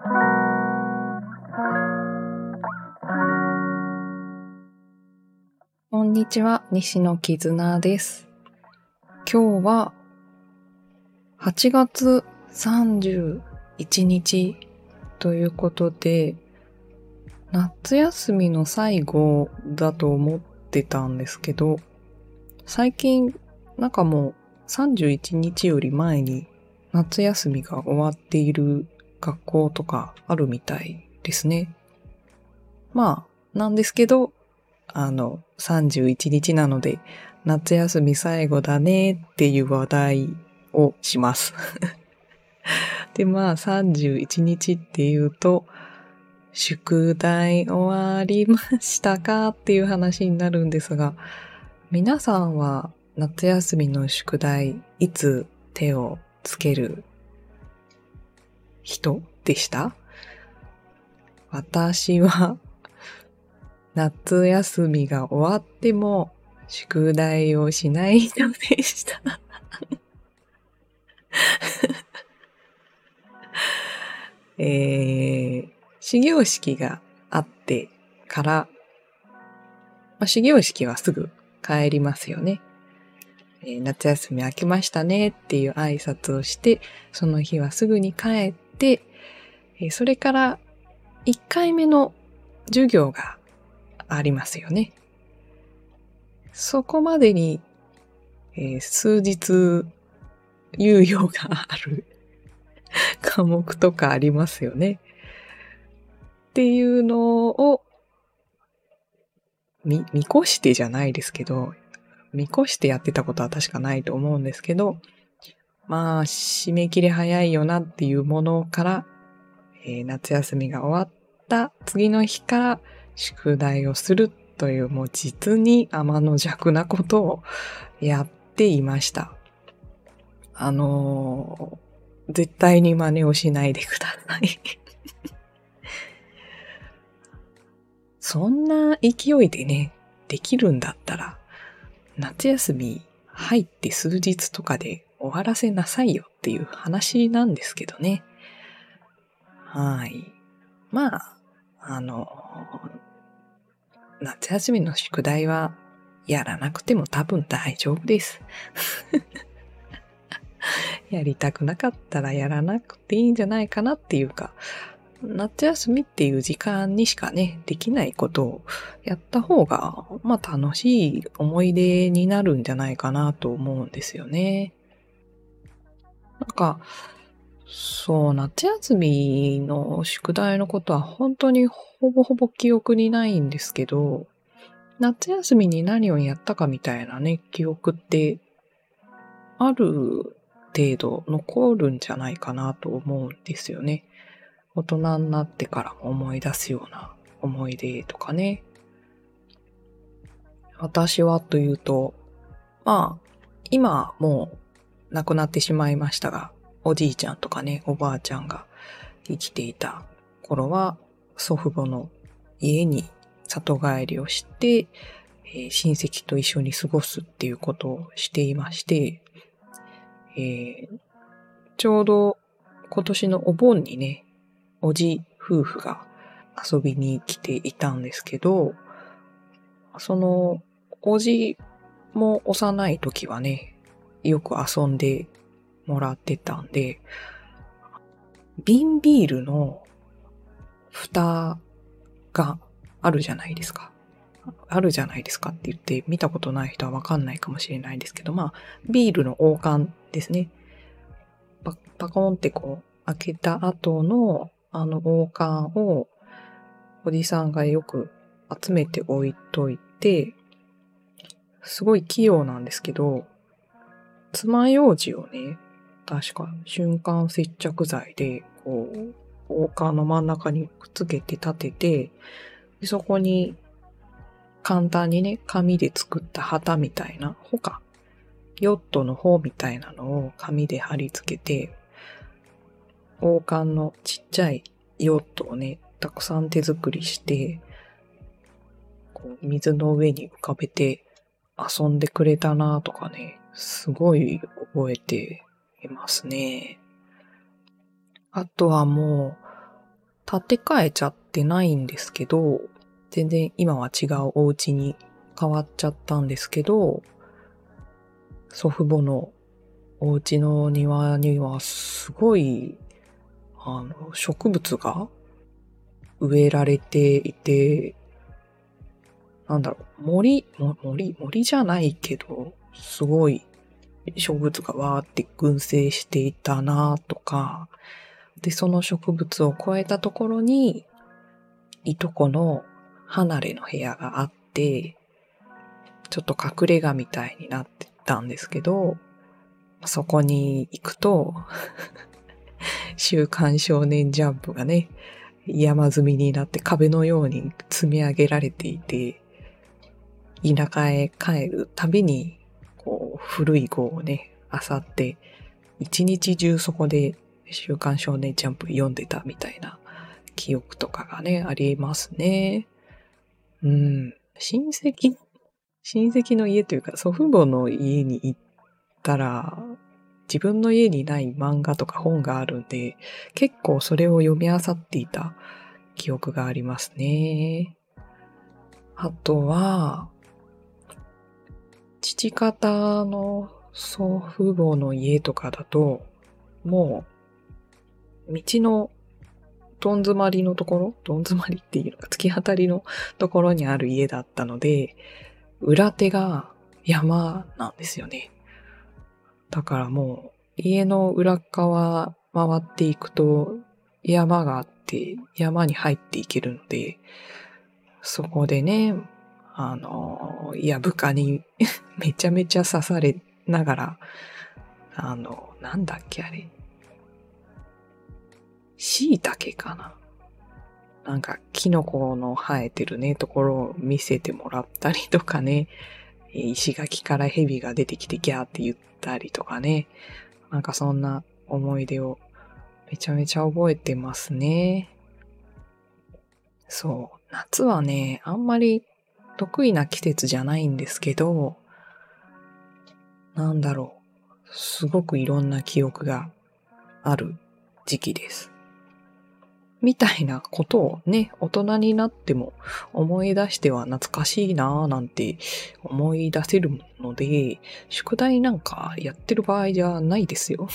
こんにちは、西野絆です。今日は8月31日ということで、夏休みの最後だと思ってたんですけど、最近なんかもう31日より前に夏休みが終わっている学校とかあるみたいですね。まあ、なんですけど、31日なので、夏休み最後だねっていう話題をします。で、まあ、31日っていうと、宿題終わりましたかっていう話になるんですが、皆さんは夏休みの宿題、いつ手をつける人でした？私は、夏休みが終わっても宿題をしない人でした。始業式があってから、始業式はすぐ帰りますよね。夏休み明けましたねっていう挨拶をして、その日はすぐに帰って、それから1回目の授業がありますよね。そこまでに、数日猶予がある科目とかありますよね。っていうのを見越してじゃないですけど、見越してやってたことは確かないと思うんですけど、まあ、締め切り早いよなっていうものから、夏休みが終わった次の日から宿題をするという、もう実に天の弱なことをやっていました。絶対に真似をしないでください。そんな勢いでね、できるんだったら、夏休み入って数日とかで終わらせなさいよっていう話なんですけどね。はい。まあ、夏休みの宿題はやらなくても多分大丈夫です。やりたくなかったらやらなくていいんじゃないかなっていうか、夏休みっていう時間にしかね、できないことをやった方が、まあ楽しい思い出になるんじゃないかなと思うんですよね。なんか、そう、夏休みの宿題のことは本当にほぼほぼ記憶にないんですけど、夏休みに何をやったかみたいなね、記憶ってある程度残るんじゃないかなと思うんですよね。大人になってから思い出すような思い出とかね。私はというと、まあ、今もう亡くなってしまいましたが、おじいちゃんとかね、おばあちゃんが生きていた頃は、祖父母の家に里帰りをして、親戚と一緒に過ごすっていうことをしていまして、ちょうど今年のお盆にね、おじ夫婦が遊びに来ていたんですけど、そのおじも幼い時はね、よく遊んでもらってたんで、瓶ビールの蓋があるじゃないですか。あるじゃないですかって言って見たことない人はわかんないかもしれないですけど、まあ、ビールの王冠ですね。パコンってこう開けた後の王冠をおじさんがよく集めて置いといて、すごい器用なんですけど、爪楊枝をね、確か瞬間接着剤で、こう、王冠の真ん中にくっつけて立てて、でそこに簡単にね、紙で作った旗みたいな、ヨットの方みたいなのを紙で貼り付けて、王冠のちっちゃいヨットをね、たくさん手作りして、こう水の上に浮かべて遊んでくれたなとかね、すごい覚えていますね。あとはも建て替えちゃってないんですけど、全然今は違うお家に変わっちゃったんですけど、祖父母のお家の庭にはすごい、植物が植えられていて、森じゃないけど、すごい植物がわーって群生していたなとか、で、その植物を越えたところに、いとこの離れの部屋があって、ちょっと隠れ家みたいになってたんですけど、そこに行くと、週刊少年ジャンプがね、山積みになって壁のように積み上げられていて、田舎へ帰るたびに、こう、古い号をね、漁って、一日中そこで週刊少年ジャンプ読んでたみたいな記憶とかがね、ありますね。うん。親戚の家というか祖父母の家に行ったら、自分の家にない漫画とか本があるんで、結構それを読み漁っていた記憶がありますね。あとは、父方の祖父母の家とかだと、もう、道のどん詰まりのところ、どん詰まりっていうのか、突き当たりのところにある家だったので、裏手が山なんですよね。だからもう、家の裏側回っていくと山があって、山に入っていけるので、そこでね、やぶかにめちゃめちゃ刺されながら、なんだっけあれ。椎茸かな。なんか、キノコの生えてるね、ところを見せてもらったりとかね、石垣から蛇が出てきてギャーって言ったりとかね、なんかそんな思い出をめちゃめちゃ覚えてますね。そう、夏はね、あんまり得意な季節じゃないんですけど、なんだろう、すごくいろんな記憶がある時期です。みたいなことをね、大人になっても思い出しては懐かしいなぁなんて思い出せるので、宿題なんかやってる場合じゃないですよ。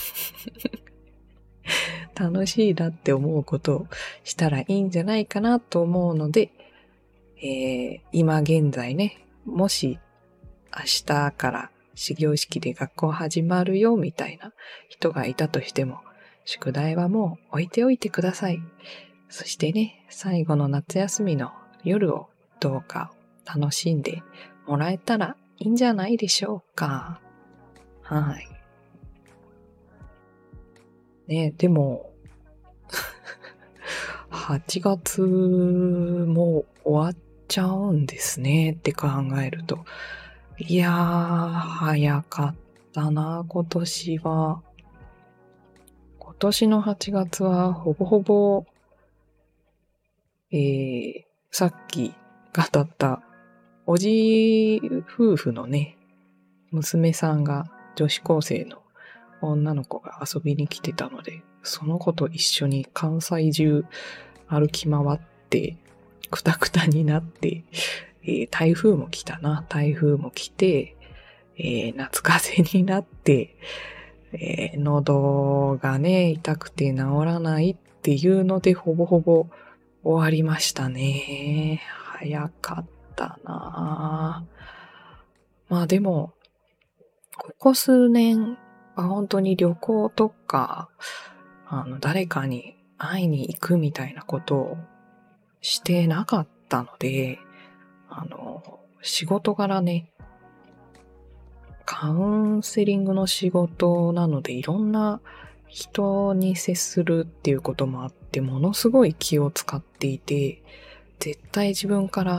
楽しいなって思うことをしたらいいんじゃないかなと思うので、今現在ね、もし明日から始業式で学校始まるよみたいな人がいたとしても、宿題はもう置いておいてください。そしてね、最後の夏休みの夜をどうか楽しんでもらえたらいいんじゃないでしょうか。はい。ね、でも、8月も終わっちゃうんですねって考えると。いやー、早かったな、今年は。今年の8月はほぼほぼ、さっき語ったおじ夫婦のね、娘さんが女子高生の女の子が遊びに来てたので、その子と一緒に関西中歩き回って、くたくたになって、台風も来たな。台風も来て、夏風邪になって、喉がね、痛くて治らないっていうので、ほぼほぼ終わりましたね。早かったな。まあでも、ここ数年は本当に旅行とか、誰かに会いに行くみたいなことをしてなかったので、仕事柄ね、カウンセリングの仕事なのでいろんな人に接するっていうこともあって、ものすごい気を使っていて、絶対自分から、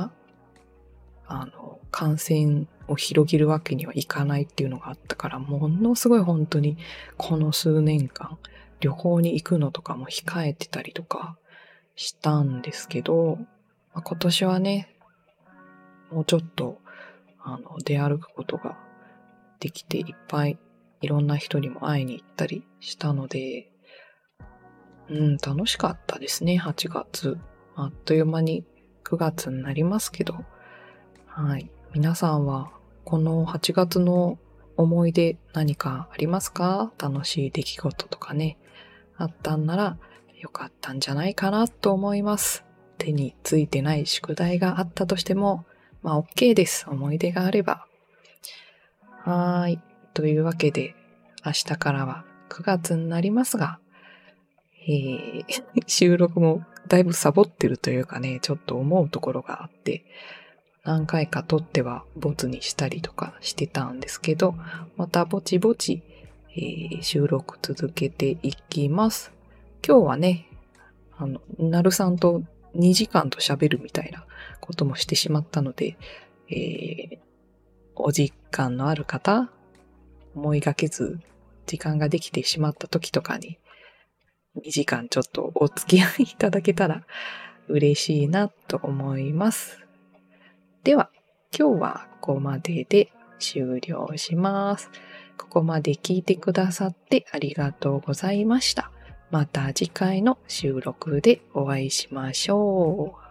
感染を広げるわけにはいかないっていうのがあったから、ものすごい本当にこの数年間、旅行に行くのとかも控えてたりとかしたんですけど、今年はね、もうちょっと、出歩くことができていっぱいいろんな人にも会いに行ったりしたので、 楽しかったですね、8月。あっという間に9月になりますけど。はい。皆さんは、この8月の思い出何かありますか？楽しい出来事とかね。あったんなら、よかったんじゃないかなと思います。手についてない宿題があったとしても、OK です。思い出があれば。はーい。というわけで、明日からは9月になりますが、収録もだいぶサボってるというかね、ちょっと思うところがあって、何回か撮ってはボツにしたりとかしてたんですけど、またぼちぼち、収録続けていきます。今日はね、なるさんと2時間と喋るみたいなこともしてしまったので、お時間のある方、思いがけず時間ができてしまった時とかに2時間ちょっとお付き合いいただけたら嬉しいなと思います。では、今日はここまでで終了します。ここまで聞いてくださってありがとうございました。また次回の収録でお会いしましょう。